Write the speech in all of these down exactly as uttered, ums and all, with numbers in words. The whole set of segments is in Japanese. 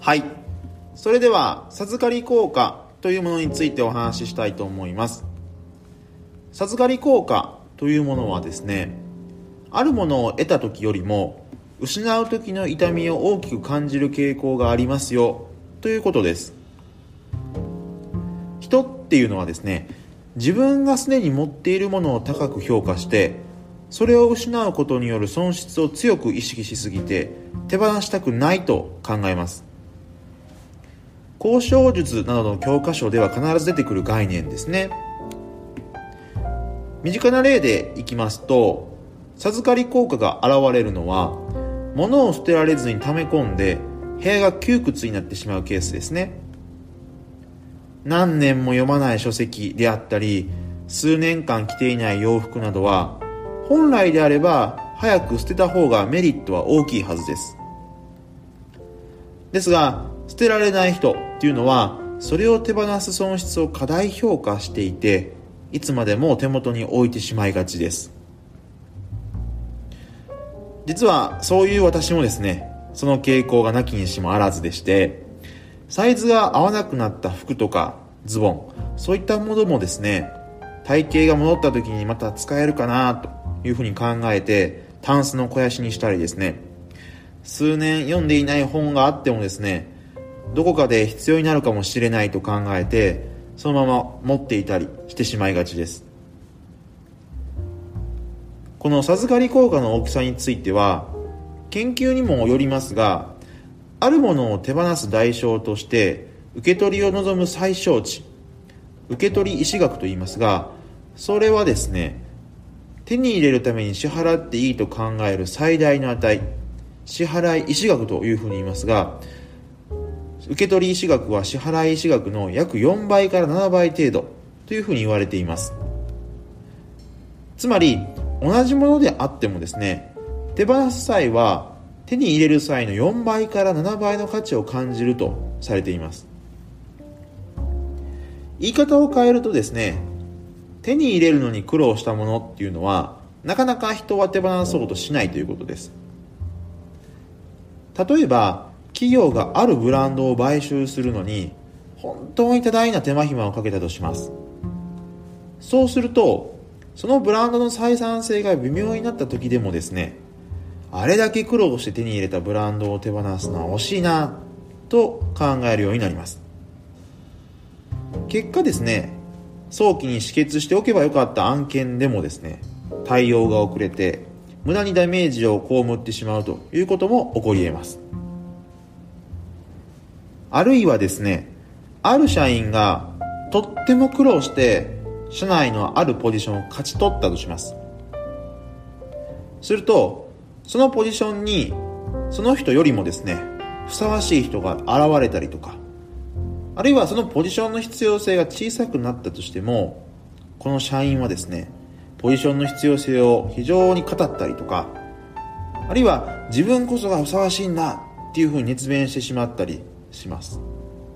はい。それでは、授かり効果というものについてお話ししたいと思います。授かり効果というものはですね、あるものを得た時よりも、失う時の痛みを大きく感じる傾向がありますよ、ということです。人っていうのはですね、自分がすでに持っているものを高く評価して、それを失うことによる損失を強く意識しすぎて、手放したくないと考えます。交渉術などの教科書では必ず出てくる概念ですね。身近な例でいきますと、授かり効果が現れるのは、物を捨てられずに溜め込んで部屋が窮屈になってしまうケースですね。何年も読まない書籍であったり、数年間着ていない洋服などは、本来であれば早く捨てた方がメリットは大きいはずです。ですが、捨てられない人っていうのは、それを手放す損失を過大評価していて、いつまでも手元に置いてしまいがちです。実はそういう私もですね、その傾向がなきにしもあらずでして、サイズが合わなくなった服とかズボン、そういったものもですね、体型が戻った時にまた使えるかなというふうに考えて、タンスの肥やしにしたりですね、数年読んでいない本があってもですね、どこかで必要になるかもしれないと考えて、そのまま持っていたりしてしまいがちです。この授かり効果の大きさについては、研究にもよりますが、あるものを手放す代償として受け取りを望む最小値、受け取り意思額と言いますが、それはですね、手に入れるために支払っていいと考える最大の値、支払い意思額というふうに言いますが、受け取り意思額は支払い意思額の約よんばいからななばい程度というふうに言われています。つまり同じものであってもですね、手放す際は手に入れる際のよんばいからななばいの価値を感じるとされています。言い方を変えるとですね、手に入れるのに苦労したものっていうのはなかなか人は手放そうとしないということです。例えば企業があるブランドを買収するのに本当に多大な手間暇をかけたとします。そうすると、そのブランドの採算性が微妙になった時でもですね、あれだけ苦労して手に入れたブランドを手放すのは惜しいなと考えるようになります。結果ですね、早期に止血しておけばよかった案件でもですね、対応が遅れて無駄にダメージを被ってしまうということも起こり得ます。あるいはですね、ある社員がとっても苦労して社内のあるポジションを勝ち取ったとします。すると、そのポジションにその人よりもですね、ふさわしい人が現れたりとか、あるいはそのポジションの必要性が小さくなったとしても、この社員はですね、ポジションの必要性を非常に語ったりとか、あるいは自分こそがふさわしいんだっていうふうに熱弁してしまったりします。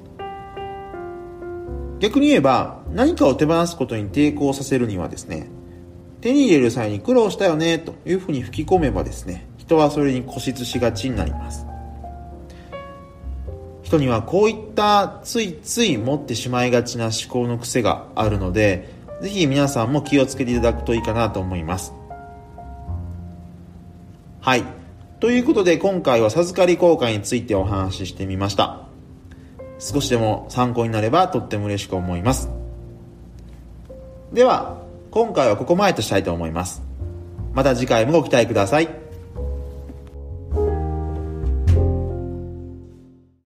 逆に言えば、何かを手放すことに抵抗させるにはですね、手に入れる際に苦労したよねというふうに吹き込めばですね、人はそれに固執しがちになります。人にはこういったついつい持ってしまいがちな思考の癖があるので、ぜひ皆さんも気をつけていただくといいかなと思います。はい。ということで、今回は授かり効果についてお話ししてみました。少しでも参考になればとっても嬉しく思います。では、今回はここまでとしたいと思います。また次回もご期待ください。